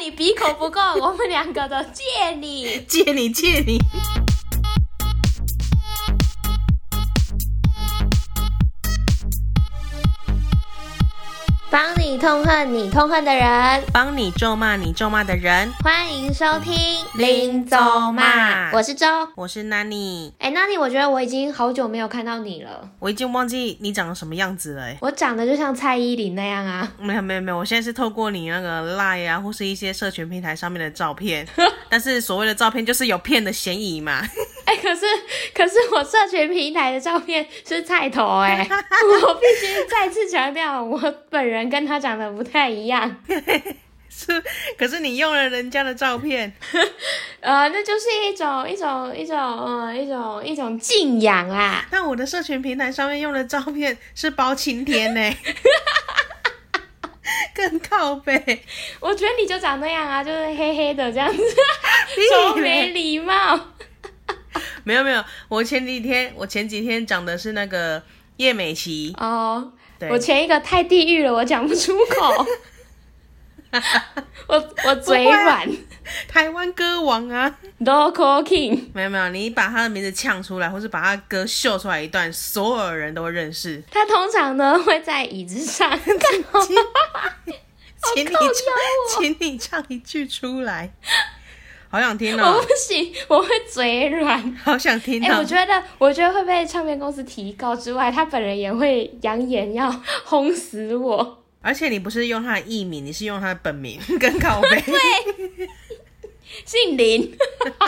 你鼻孔不够，我们两个的借你。帮你痛恨你痛恨的人， 帮你咒骂你咒骂的人。 欢迎收听林咒骂，我是周， 我是 Nani。 Nani， 我觉得我已经好久没有看到你了， 我已经忘记你长得什么样子了。 我长得就像蔡依林那样啊。 没有，我现在是透过你那个 LINE 啊，或是一些社群平台上面的照片，但是所谓的照片就是有骗的嫌疑嘛。 可是我社群平台的照片是菜头我必须再次强调，我本人跟他长得不太一样。 可是你用了人家的照片， 那就是一种敬仰啦。 但我的社群平台上面用的照片是包青天呢，更靠北。 我觉得你就长那样啊，就是黑黑的这样子，超没礼貌。 没有，我前几天讲的是那个叶美琪哦。我前一个太地狱了，我讲不出口。我嘴软。 台湾歌王啊 Local King。 没有，你把他的名字呛出来，或是把他歌秀出来一段，所有人都会认识。 他通常呢会在椅子上请你唱一句出来，好想听哦。 我不行，我会嘴软。 好想听到。 我觉得会被唱片公司提告之外，他本人也会扬言要轰死我。 而且你不是用他的艺名，你是用他的本名，更靠北。 对，姓林。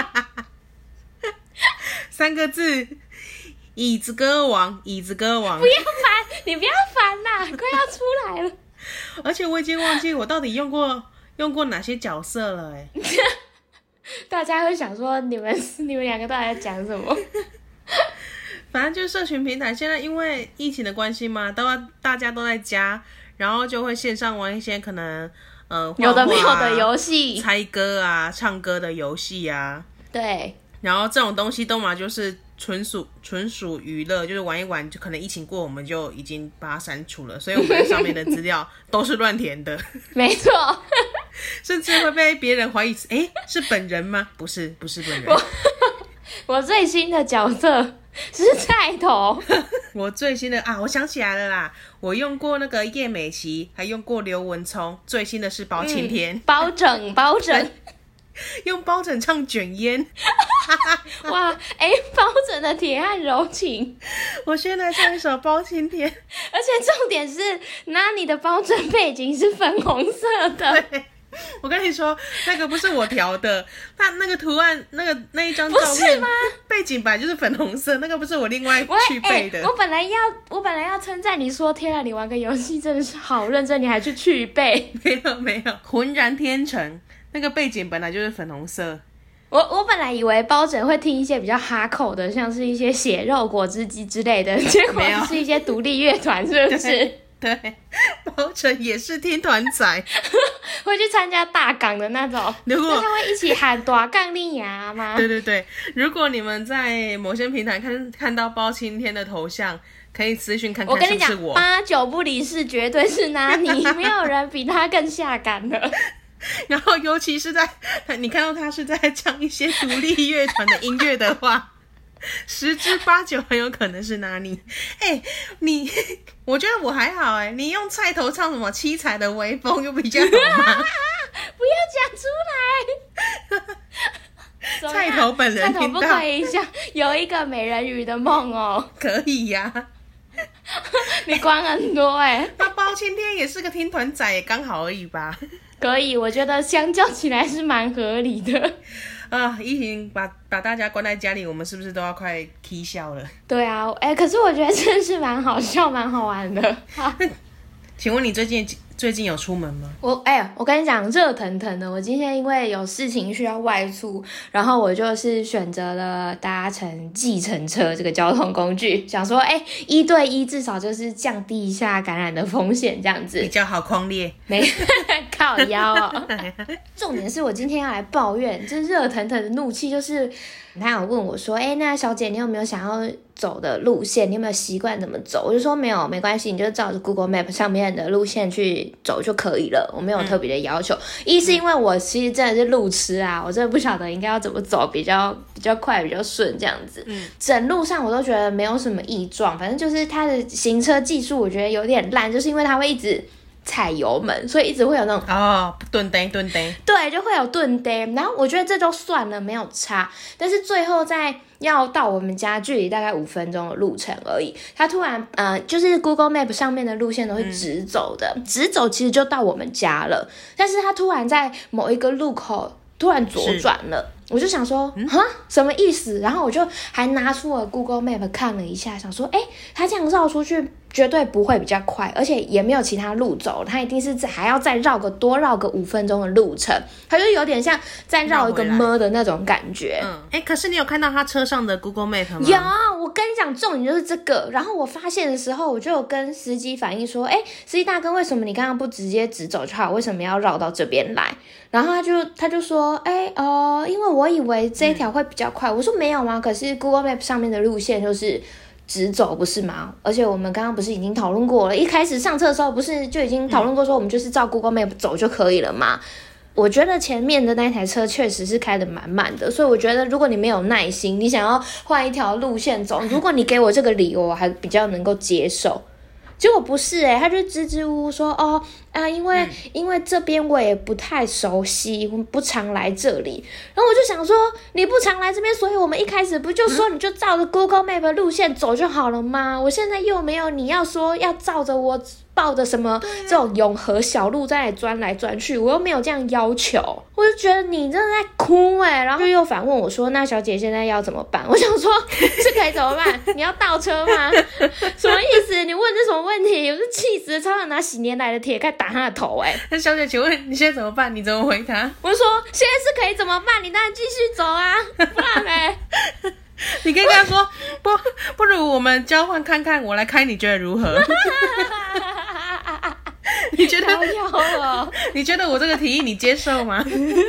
3个字，椅子歌王。 不要烦，你不要烦啦，快要出来了。 而且我已经忘记我到底用过哪些角色了大家会想说你们两个到底在讲什么？ 反正就是社群平台，现在因为疫情的关系嘛，大家都在家，然后就会线上玩一些可能有的没有的游戏， 猜歌啊、唱歌的游戏啊。 对。 然后这种东西都嘛就是纯属娱乐，就是玩一玩，就可能疫情过我们就已经把它删除了，所以我们上面的资料都是乱填的。 没错。 甚至会被别人怀疑是本人吗？不是本人。 我最新的角色是菜头。 我最新的我想起来了啦，我用过那个叶美琪，还用过刘文聪，最新的是包青天。 包拯。 用包拯唱卷烟。 哇，包拯的铁汉柔情。 我先来唱一首包青天。 而且重点是，那你的包拯背景是粉红色的。 对，我跟你说，那个不是我调的，它那个图案，那一张照片，不是吗？背景本来就是粉红色，那个不是我另外去背的。 我本来要称赞你说，天啊，你玩个游戏真的是好认真，你还去背。 没有，浑然天成。那个背景本来就是粉红色。 我本来以为包拯会听一些比较哈口的，像是一些血肉果汁机之类的，结果是一些独立乐团，是不是？ 对，包拯也是听团仔。 会去参加大港的那种。那他会一起喊大港你呀吗？ 对，如果你们在某些平台看到包青天的头像，可以私讯看看是不是我。 我跟你讲，8、9不离十，绝对是Nani，没有人比他更下感了。 然后尤其是你看到他是在唱一些独立乐团的音乐的话，10之8、9很有可能是Nani。我觉得我还好你用菜头唱什么七彩的微风又比较好吗？ 不要讲出来。 菜头本人听到， 菜头不可以像有一个美人鱼的梦哦。 可以呀。 你管很多那包青天也是个听团仔，也刚好而已吧。 可以，我觉得相较起来是蛮合理的。 疫情把大家关在家里，我们是不是都要快啼笑了？ 对啊，可是我觉得真的是蛮好笑、蛮好玩的。 请问你最近有出门吗？ 我跟你讲，热腾腾的。我今天因为有事情需要外出，然后我就是选择了搭乘计程车这个交通工具，想说1对1至少就是降低一下感染的风险，这样子比较好匡列。 靠腰哦。重点是我今天要来抱怨，这热腾腾的怒气就是他有问我说，那小姐你有没有想要走的路线，你有没有习惯怎么走？我就说没有，没关系，你就照着 Google Map 上面的路线去走就可以了，我没有特别的要求。一是因为我其实真的是路痴啊，我真的不晓得应该要怎么走比较快比较顺这样子。整路上我都觉得没有什么异状，反正就是它的行车技术我觉得有点烂，就是因为它会一直踩油门，所以一直会有那种顿呆， 对，就会有顿呆。然后我觉得这都算了，没有差。但是最后在要到我们家距离大概5分钟的路程而已，他突然就是 Google Map 上面的路线都是直走的，直走其实就到我们家了。但是他突然在某一个路口突然左转了。我就想说，什么意思？然后我就还拿出了 Google Map 看了一下，想说，他这样绕出去绝对不会比较快，而且也没有其他路走，他一定是还要再多绕个5分钟的路程，他就有点像在绕一个么的那种感觉。 可是你有看到他车上的 Google Map 吗？ 有，我跟你讲，重点就是这个。然后我发现的时候，我就有跟司机反映说，司机大哥，为什么你刚刚不直接直走就好？为什么要绕到这边来？然后他就说，因为我以为这一条会比较快。我说没有吗？可是 Google Map 上面的路线就是直走，不是吗？而且我们刚刚不是已经讨论过了，一开始上车的时候不是就已经讨论过说我们就是照 Google Map 走就可以了吗？我觉得前面的那台车确实是开得蛮慢的，所以我觉得如果你没有耐心，你想要换一条路线走，如果你给我这个理由，我还比较能够接受。结果不是他就支支吾吾说因为这边我也不太熟悉，我不常来这里。然后我就想说，你不常来这边，所以我们一开始不就说你就照着 Google Map 路线走就好了吗？我现在又没有你要说要照着我抱着什么这种永和小路在钻来钻去，我又没有这样要求。我就觉得你真的在哭然后就又反问我说，那小姐现在要怎么办？我想说这可以怎么办？你要倒车吗？什么意思？你问这什么问题？我就气死了，超想拿洗年来的铁盖打他的头那小姐请问你现在怎么办？你怎么回答？ 我就说现在是可以怎么办？你当然继续走啊，不然你可以跟他说不如我们交换看看，我来开，你觉得如何？你觉得你觉得我这个提议你接受吗？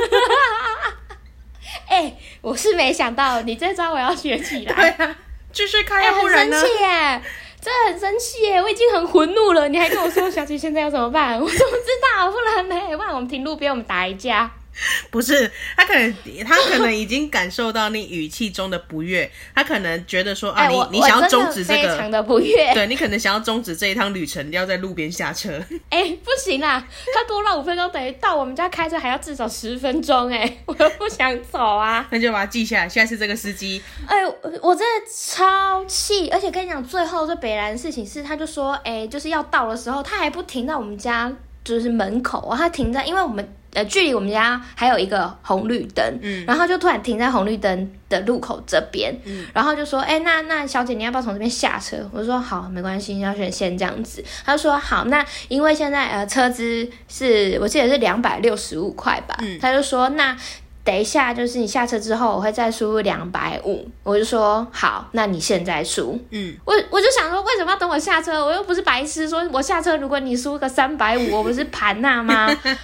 我是没想到你这招我要学起来。 对啊，继续开不然呢？ 很生气真的很生气我已经很愤怒了，你还跟我说小姐现在要怎么办？我怎么知道？不然我们停路边我们打一架。 不是，他可能已经感受到你语气中的不悦，他可能觉得说你想要终止这个， 非常的不悦。 对，你可能想要终止这一趟旅程，要在路边下车。 不行啦，他多绕5分钟，等于到我们家开车还要至少10分钟我又不想走啊。 那就把它记下来，现在是这个司机。 我真的超气，而且跟你讲，最后最北兰的事情是，他就说就是要到的时候，他还不停到我们家就是门口他停在，因为我们距离我们家还有一个红绿灯，然后就突然停在红绿灯的路口这边，然后就说那小姐你要不要从这边下车？我就说好，没关系，要先这样子。他就说好，那因为现在车资是我记得是265块吧，他就说那等一下就是你下车之后我会再输入250，我就说好，那你现在输。我就想说为什么要等我下车？我又不是白痴，说我下车如果你输个350，我不是盘那吗？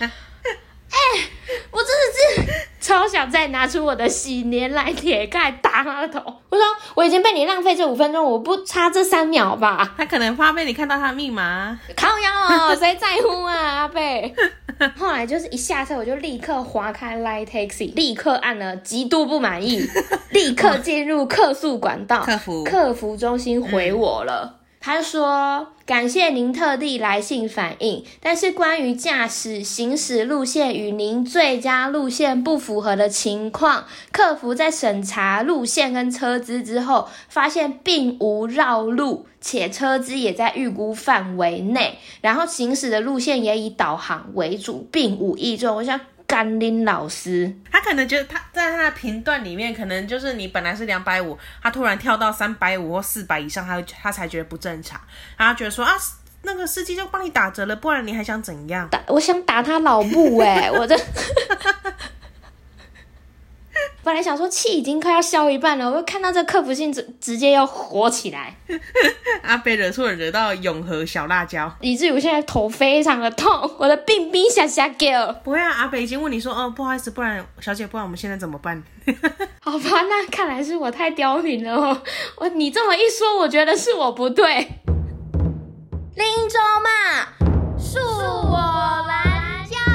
我真的是超想再拿出我的洗年来铁盖打他的头。我说我已经被你浪费这5分钟，我不差这3秒吧？ 他可能怕被你看到他的密码。 靠腰谁在乎啊阿贝。后来就是一下车我就立刻滑开 Line Taxi， 立刻按了极度不满意，立刻进入客诉管道，客服中心回我了。他说感谢您特地来信反映，但是关于驾驶行驶路线与您最佳路线不符合的情况，客服在审查路线跟车资之后发现并无绕路，且车资也在预估范围内，然后行驶的路线也以导航为主，并无异状。我想甘霖老师他可能觉得他在他的评断里面，可能就是你本来是250，他突然跳到350或400以上，他才觉得不正常，然后他觉得说那个司机就帮你打折了，不然你还想怎样？我想打他老母我真本来想说气已经快要消一半了，我又看到这克服性直接又火起来。 阿北惹错人，惹到永和小辣椒， 以至于我现在头非常的痛，我的病冰下下叫。 不会啊，阿北已经问你说，不好意思，不然小姐，不然我们现在怎么办？ 好吧，那看来是我太刁民了哦。你这么一说，我觉得是我不对。林州嘛，恕我蓝教。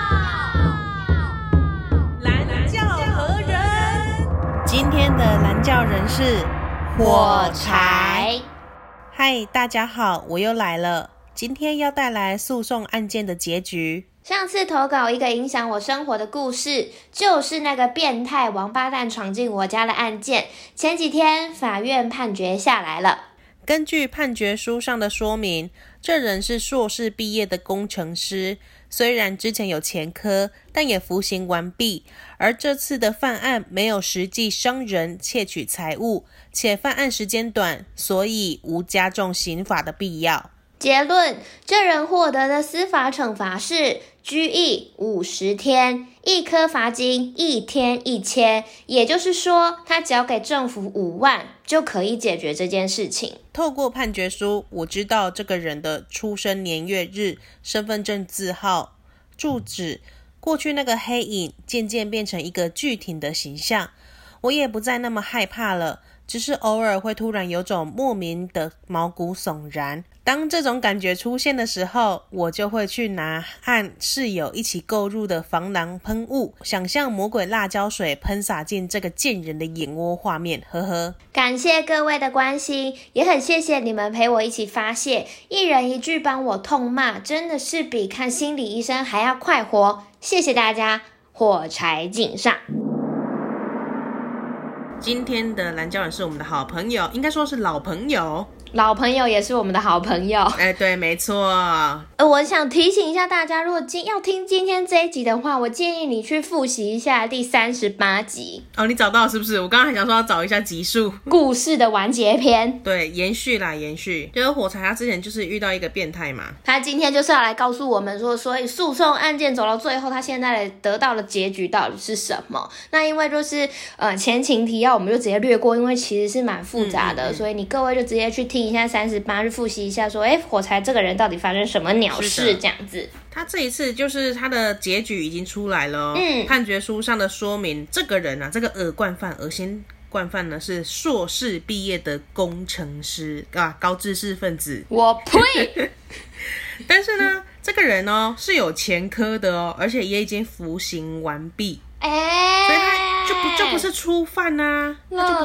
蓝教何人？今天的蓝教人是火柴。 嗨，大家好，我又来了。今天要带来诉讼案件的结局。 上次投稿一个影响我生活的故事，就是那个变态王八蛋闯进我家的案件。前几天法院判决下来了。 根据判决书上的说明，这人是硕士毕业的工程师，虽然之前有前科，但也服刑完毕。而这次的犯案没有实际伤人、窃取财物，且犯案时间短，所以无加重刑罚的必要。 结论，这人获得的司法惩罚是拘役50天，一颗罚金1天1千，也就是说，他交给政府5万就可以解决这件事情。 透过判决书，我知道这个人的出生年月日、身份证字号、住址，过去那个黑影渐渐变成一个具体的形象，我也不再那么害怕了。只是偶尔会突然有种莫名的毛骨悚然，当这种感觉出现的时候，我就会去拿和室友一起购入的防狼喷雾，想象魔鬼辣椒水喷洒进这个贱人的眼窝画面，呵呵。 感谢各位的关心，也很谢谢你们陪我一起发泄，一人一句帮我痛骂，真的是比看心理医生还要快活。谢谢大家，火柴敬上。 今天的蓝教人是我们的好朋友，应该说是老朋友。 老朋友也是我们的好朋友。 对，没错。 我想提醒一下大家，如果要听今天这一集的话，我建议你去复习一下第38集。 你找到是不是？我刚刚还想说要找一下集数。 故事的完结篇。 对，延续。就是火柴他之前就是遇到一个变态嘛， 他今天就是要来告诉我们说，所以诉讼案件走到最后，他现在得到的结局到底是什么？那因为就是前情提要我们就直接略过，因为其实是蛮复杂的，所以你各位就直接去听一下38，去复习一下说，火柴这个人到底发生什么鸟事这样子。 他这一次就是他的结局已经出来了判决书上的说明，这个人啊，这个恶心惯犯呢是硕士毕业的工程师高知识分子。 我呸！ 但是呢，这个人是有前科的而且也已经服刑完毕，所以他就不是初犯啊，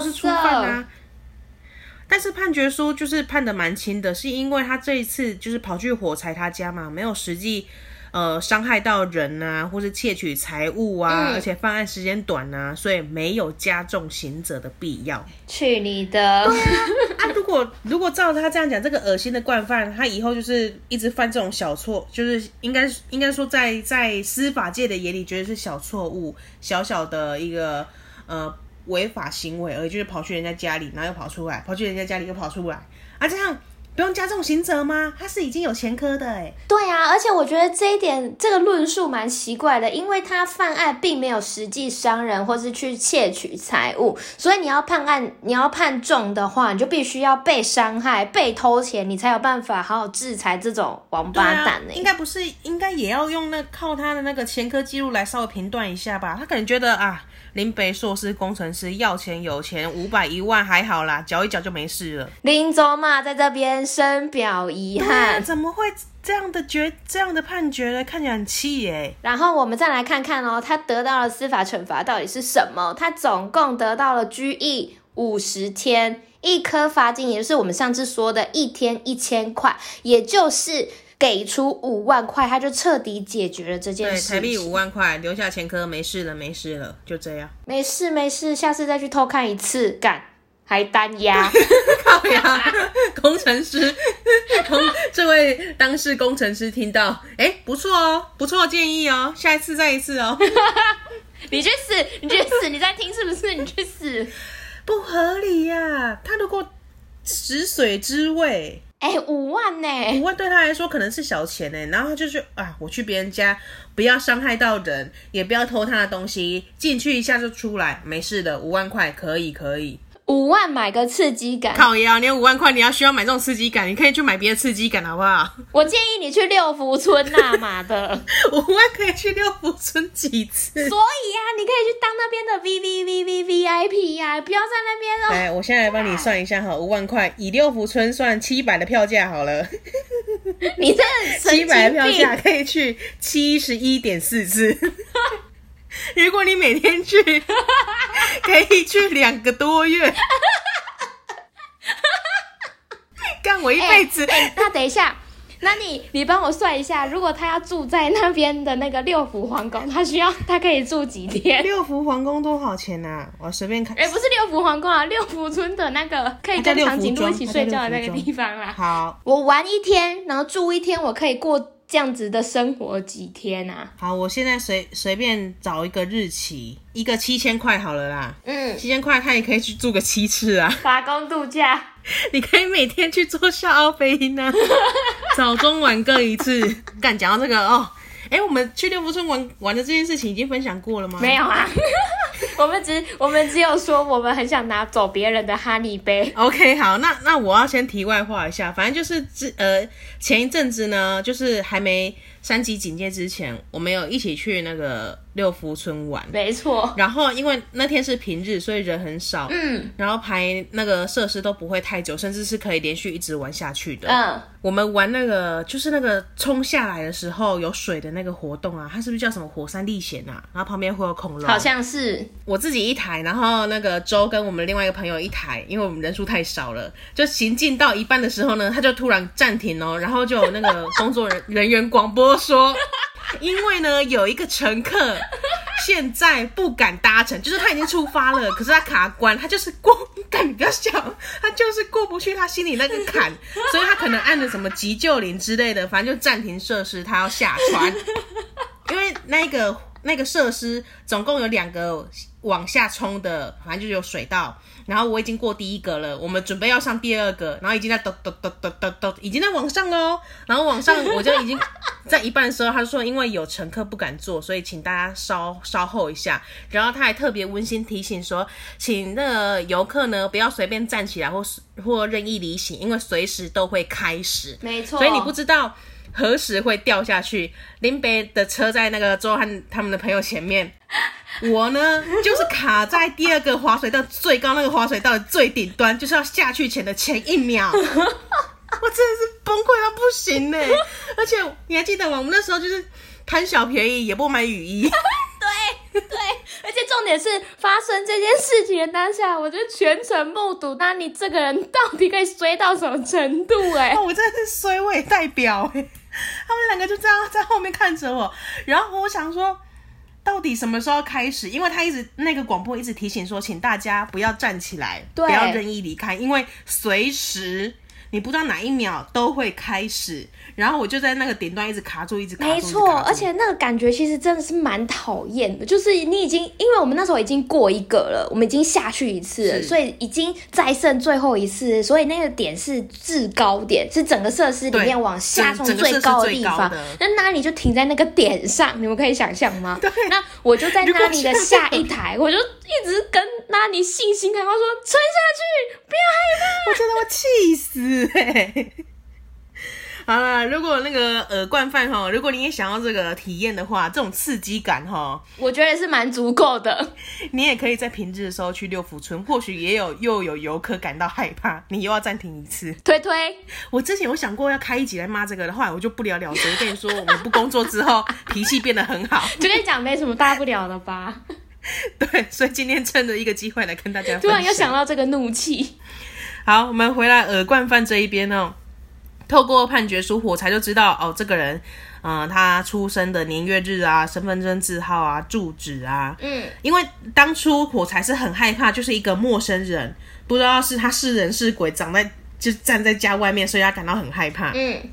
但是判决书就是判得蛮轻的，是因为他这一次就是跑去火柴他家嘛，没有实际伤害到人啊，或是窃取财物啊，而且犯案时间短啊，所以没有加重刑责的必要。 去你的！ 对啊，如果照他这样讲，这个恶心的惯犯，他以后就是一直犯这种小错，就是应该说在司法界的眼里，觉得是小错误，小小的一个违法行为而已，就是跑去人家家里，然后又跑出来，跑去人家家里又跑出来啊，这样不用加重刑责吗？他是已经有前科的对啊，而且我觉得这个论述蛮奇怪的，因为他犯案并没有实际伤人或是去窃取财物，所以你要判重的话，你就必须要被伤害、被偷钱，你才有办法好好制裁这种王八蛋应该也要用靠他的那个前科记录来稍微评断一下吧。他可能觉得林北硕士工程师要钱有钱，500、1万还好啦，缴一缴就没事了。 林总嘛，在这边深表遗憾。 怎么会这样的判决呢？看起来很气耶。 然后我们再来看看他得到的司法惩罚到底是什么？他总共得到了拘役50天，一颗罚金，也就是我们上次说的1天1千块，也就是给出5万块，他就彻底解决了这件事情。 对，台币5万块，留下前科，没事了，就这样。 没事，下次再去偷看一次，干还单押。 靠呀，工程师，这位当事工程师听到，不错建议下一次再一次你去死，你在听是不是？你去死！ 不合理呀，他如果食髓知味， 5万呢 ，5万对他来说可能是小钱呢。然后他就说啊，我去别人家，不要伤害到人，也不要偷他的东西，进去一下就出来，没事的，5万块可以。 5万买个刺激感， 靠腰，你有5万块，你要需要买这种刺激感，你可以去买别的刺激感，好不好？ 我建议你去六福村呐，妈的 ，5万可以去六福村几次？ 所以啊，你可以去当那边的 VIP 啊，不要在那边来，我现在来帮你算一下哈，5万块以六福村算700的票价好了。 你真的神经病，700 的票价可以去71.4次。如果你每天去，可以去2个多月。干我一辈子。 那等一下，那你帮我算一下，如果他要住在那边的那个六福皇宫，他可以住几天？ 六福皇宫多少钱啊？我随便看。 不是六福皇宫啊，六福村的那个可以跟长颈鹿一起睡觉的那个地方啊。 好， 我玩1天，然后住1天，我可以过这样子的生活几天啊？ 好，我现在随便找一个日期，一个7000块好了啦。7000块，他也可以去住个7次啊。 打工度假， 你可以每天去做夏奥飞鹰啊，早中晚各一次。干，讲到这个哦，我们去六福村玩的这件事情已经分享过了吗？ 没有啊。我们只有说我们很想拿走别人的哈利杯。 OK， 好，那我要先题外话一下，反正就是前一阵子呢，就是还没3级警戒之前，我们有一起去那个六福村玩。 没错。 然后因为那天是平日，所以人很少。然后排那个设施都不会太久，甚至是可以连续一直玩下去的。我们玩那个就是那个冲下来的时候有水的那个活动啊，它是不是叫什么火山历险啊？然后旁边会有恐龙。 好像是。 我自己一台，然后那个周跟我们另外一个朋友一台，因为我们人数太少了，就行进到一半的时候呢，他就突然暂停哦，然后就有那个工作人员广播说，因为呢有一个乘客现在不敢搭乘，就是他已经出发了，可是他卡关，他就是你不要笑，他就是过不去他心里那个坎，所以他可能按了什么急救铃之类的，反正就暂停设施，他要下船，因为那个设施总共有2个往下冲的，反正就有水道。然后我已经过第1个了，我们准备要上第2个，然后已经在已经在往上咯。然后往上我就已经在一半的时候，他就说因为有乘客不敢坐，所以请大家稍后一下。然后他还特别温馨提醒说，请那个游客呢不要随便站起来或任意离行，因为随时都会开始。 没错。 所以你不知道何时会掉下去。林北的车在那个周和他们的朋友前面，我呢就是卡在第2个滑水道最高那个滑水道的最顶端，就是要下去前的前1秒。我真的是崩溃到不行耶。而且你还记得吗？我们那时候就是贪小便宜，也不买雨衣。 对，而且重点是发生这件事情的当下，我就全程目睹，那你这个人到底可以衰到什么程度？ 我真的是衰位代表耶。他们2个就这样在后面看着我，然后我想说到底什么时候开始，因为他那个广播一直提醒说，请大家不要站起来，不要任意离开，因为随时你不知道哪一秒都会开始。然后我就在那个顶端一直卡住。 没错，而且那个感觉其实真的是蛮讨厌的，就是你已经，因为我们那时候已经过1个了，我们已经下去1次了，所以已经再剩最后1次，所以那个点是制高点，是整个设施里面往下冲最高的地方。那你就停在那个点上，你们可以想象吗？ 对。 那我就在那里的下一台，我就一直跟那里信心喊话说：“撑下去，不要害怕！” 我真的会气死好了，如果那个惯犯如果你也想要这个体验的话，这种刺激感我觉得是蛮足够的。 你也可以在平日的时候去六福村，或许又有游客感到害怕，你又要暂停1次。 推， 我之前有想过要开一集来骂这个的，后来我就不了了之。我跟你说，我不工作之后脾气变得很好， 就跟你讲没什么大不了的吧。 对，所以今天趁着一个机会来跟大家分享。 突然又想到这个怒气。 好，我们回来惯犯这一边透过判决书，我才就知道这个人，他出生的年月日啊、身份证字号啊、住址啊，因为当初我才是很害怕，就是一个陌生人，不知道是他是人是鬼，就站在家外面，所以他感到很害怕。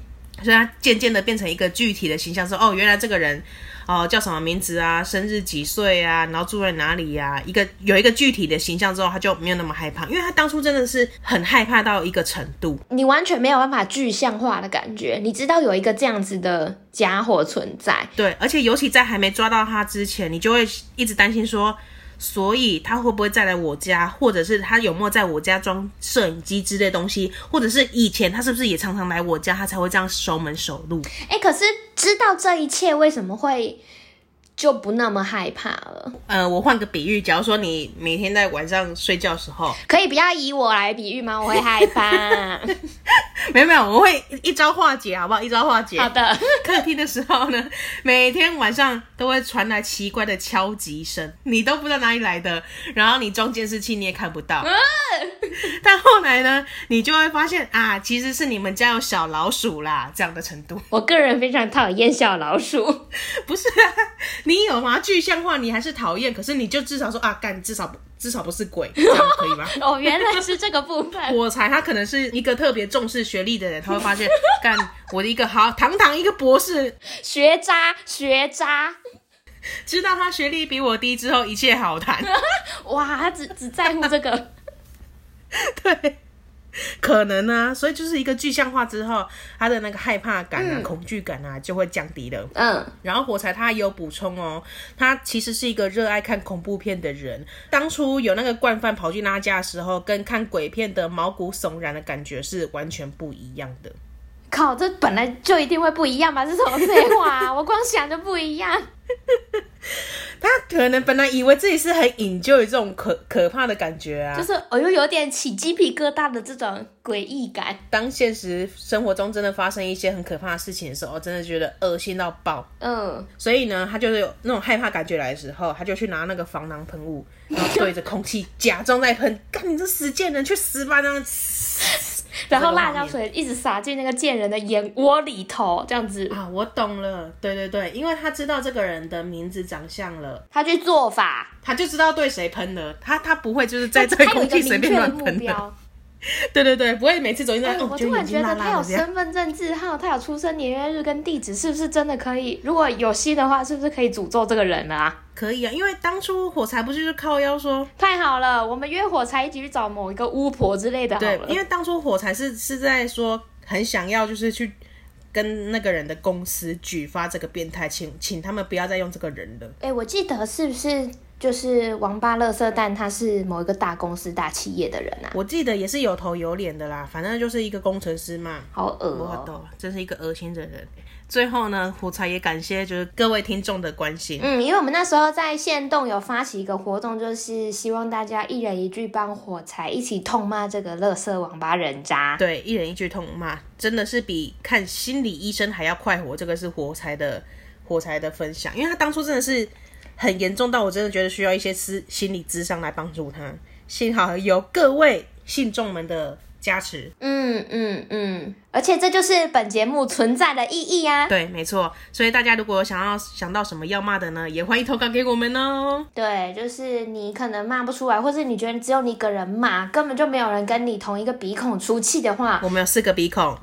所以他渐渐的变成一个具体的形象，说哦，原来这个人叫什么名字啊，生日几岁啊，然后住在哪里啊，有一个具体的形象之后，他就没有那么害怕，因为他当初真的是很害怕到一个程度， 你完全没有办法具象化的感觉，你知道有一个这样子的家伙存在。 对，而且尤其在还没抓到他之前，你就会一直担心说，所以他会不会再来我家，或者是他有没有在我家装摄影机之类的东西，或者是以前他是不是也常常来我家，他才会这样守门守路。 可是知道这一切为什么会就不那么害怕了？ 我换个比喻，假如说你每天在晚上睡觉的时候， 可以不要以我来比喻吗？我会害怕。 没有，我会一招化解，好不好？一招化解。 好的。 客厅的时候呢，每天晚上都会传来奇怪的敲击声，你都不知道哪里来的，然后你装监视器你也看不到。但后来呢，你就会发现啊，其实是你们家有小老鼠啦，这样的程度。 我个人非常讨厌小老鼠。 不是啊，你有吗？具象化你还是讨厌，可是你就至少说啊，干，至少不是鬼，这样可以吗？ 哦，原来是这个部分。 火柴他可能是一个特别重视学历的人，他会发现，干，我的一个堂堂一个博士学渣， 知道他学历比我低之后，一切好谈。 哇，他只在乎这个。 对，可能啊，所以就是一个具象化之后，他的那个害怕感啊、恐惧感啊就会降低了。然后火柴他也有补充哦，他其实是一个热爱看恐怖片的人。当初有那个惯犯跑去他家的时候，跟看鬼片的毛骨悚然的感觉是完全不一样的。 靠，这本来就一定会不一样吧？这是什么废话啊？我光想就不一样。 他可能本来以为自己是很enjoy这种可怕的感觉啊， 就是又有点起鸡皮疙瘩的这种诡异感。 当现实生活中真的发生一些很可怕的事情的时候，真的觉得恶心到爆。所以呢，他就是有那种害怕感觉来的时候，他就去拿那个防狼喷雾，然后对着空气假装在喷，干你这死贱人，去死吧！这样然后辣椒水一直洒进那个贱人的眼窝里头，这样子啊，我懂了，对，因为他知道这个人的名字、长相了， 他去做法， 他就知道对谁喷了，他不会就是在这个空气随便乱喷的。对，不会每次走进来。 我突然觉得他有身份证字号，他有出生年月日跟地址，是不是真的可以？如果有心的话，是不是可以诅咒这个人了啊？ 可以啊，因为当初火柴不是就是靠腰说， 太好了，我们约火柴一起去找某一个巫婆之类的好了。 对，因为当初火柴是在说很想要就是去跟那个人的公司举发这个变态，请他们不要再用这个人了。 我记得是不是就是王八垃圾蛋他是某一个大公司大企业的人啊？ 我记得也是有头有脸的啦，反正就是一个工程师嘛。 好恶哦， 真是一个恶心的人。最后呢，火柴也感谢就是各位听众的关心。 因为我们那时候在限动有发起一个活动，就是希望大家一人一句帮火柴一起痛骂这个垃圾王八人渣。 对，一人一句痛骂，真的是比看心理医生还要快活。这个是火柴的分享，因为他当初真的是很严重到我真的觉得需要一些心理咨商来帮助他。幸好有各位信众们的加持。 而且这就是本节目存在的意义啊。 对，没错。所以大家如果想到什么要骂的呢，也欢迎投稿给我们哦。 对，就是你可能骂不出来，或是你觉得只有你一个人骂，根本就没有人跟你同一个鼻孔出气的话， 我们有4个鼻孔。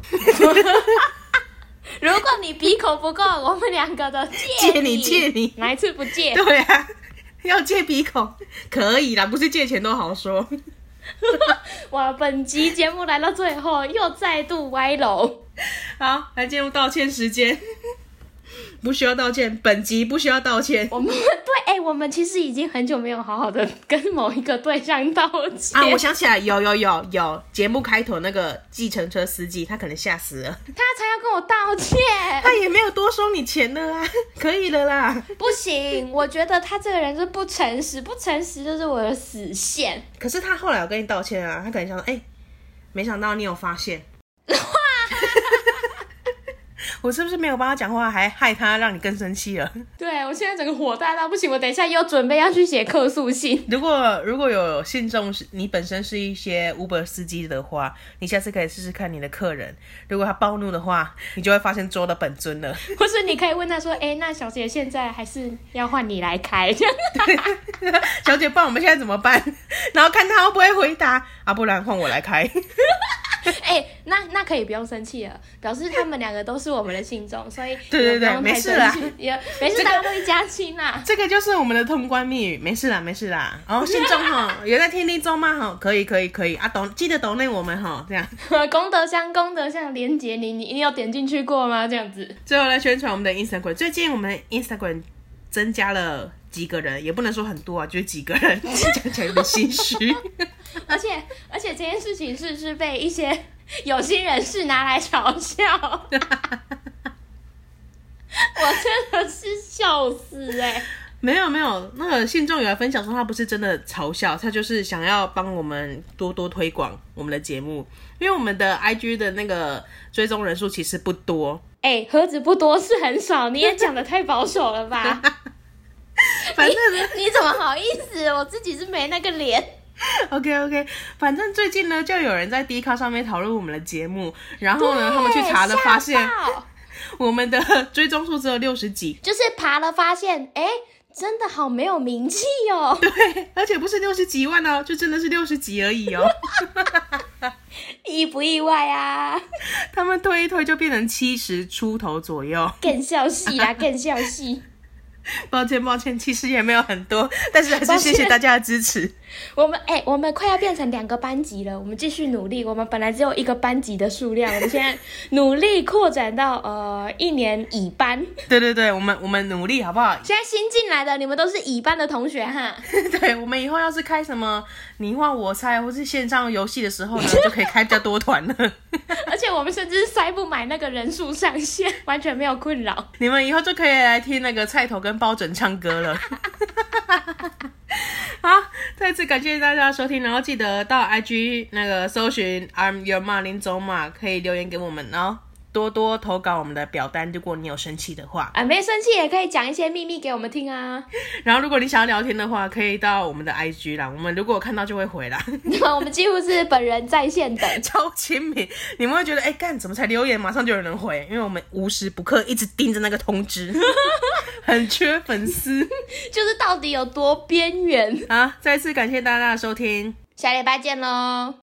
如果你鼻孔不够，我们2个的借你，哪一次不借？ 对啊，要借鼻孔可以啦，不是借钱都好说。 哇，本集节目来到最后又再度歪楼。 好，来进入道歉时间。不需要道歉，本集不需要道歉。 我们其实已经很久没有好好的跟某一个对象道歉啊！我想起来，有节目开头那个计程车司机，他可能吓死了， 他才要跟我道歉， 他也没有多收你钱的啦，可以了啦。 不行，我觉得他这个人是不诚实，不诚实就是我的死线。 可是他后来有跟你道歉啊，他可能想说，没想到你有发现。我是不是没有帮他讲话，还害他让你更生气了？ 对，我现在整个火大到不行，我等一下又准备要去写客诉信。 如果有信众你本身是一些 Uber 司机的话，你下次可以试试看你的客人，如果他暴怒的话，你就会发现捉了本尊了。 或是你可以问他说，那小姐现在还是要换你来开？ 小姐，不然我们现在怎么办？然后看他会不会回答啊，不然换我来开。 那可以不用生气了，表示他们两个都是我们的信众，所以对，没事啦， 没事，大家都一家亲啦。 这个就是我们的通关密语，没事啦。然后信众哈，有在听力中吗？哈，可以啊，记得抖内我们哈，这样。 功德箱连结，你有点进去过吗？这样子。 最后来宣传我们的 Instagram， 最近我们 Instagram 增加了几个人，也不能说很多啊，就是几个人，讲起来有点心虚。 而且这件事情是被一些有心人士拿来嘲笑，我真的是笑死没有，那个信众有来分享说他不是真的嘲笑，他就是想要帮我们多多推广我们的节目，因为我们的 IG 的那个追踪人数其实不多。 何止不多，是很少，你也讲得太保守了吧？ 反正你怎么好意思？我自己是没那个脸。 OK， 反正最近呢，就有人在 Dcard 上面讨论我们的节目，然后呢，他们去查了，发现我们的追踪数只有60几， 就是爬了发现，真的好没有名气哦。 对，而且不是60几万哦，就真的是60几而已哦。 意不意外啊？ 他们推一推就变成70出头左右， 更笑戏啦，更笑戏。 抱歉，其实也没有很多，但是还是谢谢大家的支持。 我们快要变成2个班级了，我们继续努力。我们本来只有1个班级的数量，我们现在努力扩展到1年乙班。 对，我们努力好不好？ 现在新进来的你们都是乙班的同学哈。 对，我们以后要是开什么你画我猜或是线上游戏的时候呢，就可以开比较多团了。 而且我们甚至塞不买那个人数上限，完全没有困扰。 你们以后就可以来听那个菜头跟包拯唱歌了。好，再次感谢大家的收听，然后记得到 IG 那个搜寻 I'm Your Ma 林总马，可以留言给我们，然后多多投稿我们的表单，如果你有生气的话没生气也可以讲一些秘密给我们听啊。 然后如果你想要聊天的话，可以到我们的 IG 啦，我们如果看到就会回啦。 我们几乎是本人在线等， 超亲民。你们会觉得干怎么才留言马上就有人回，因为我们无时不刻一直盯着那个通知。很缺粉丝。 就是到底有多边缘。 好，再次感谢大家的收听， 下礼拜见咯。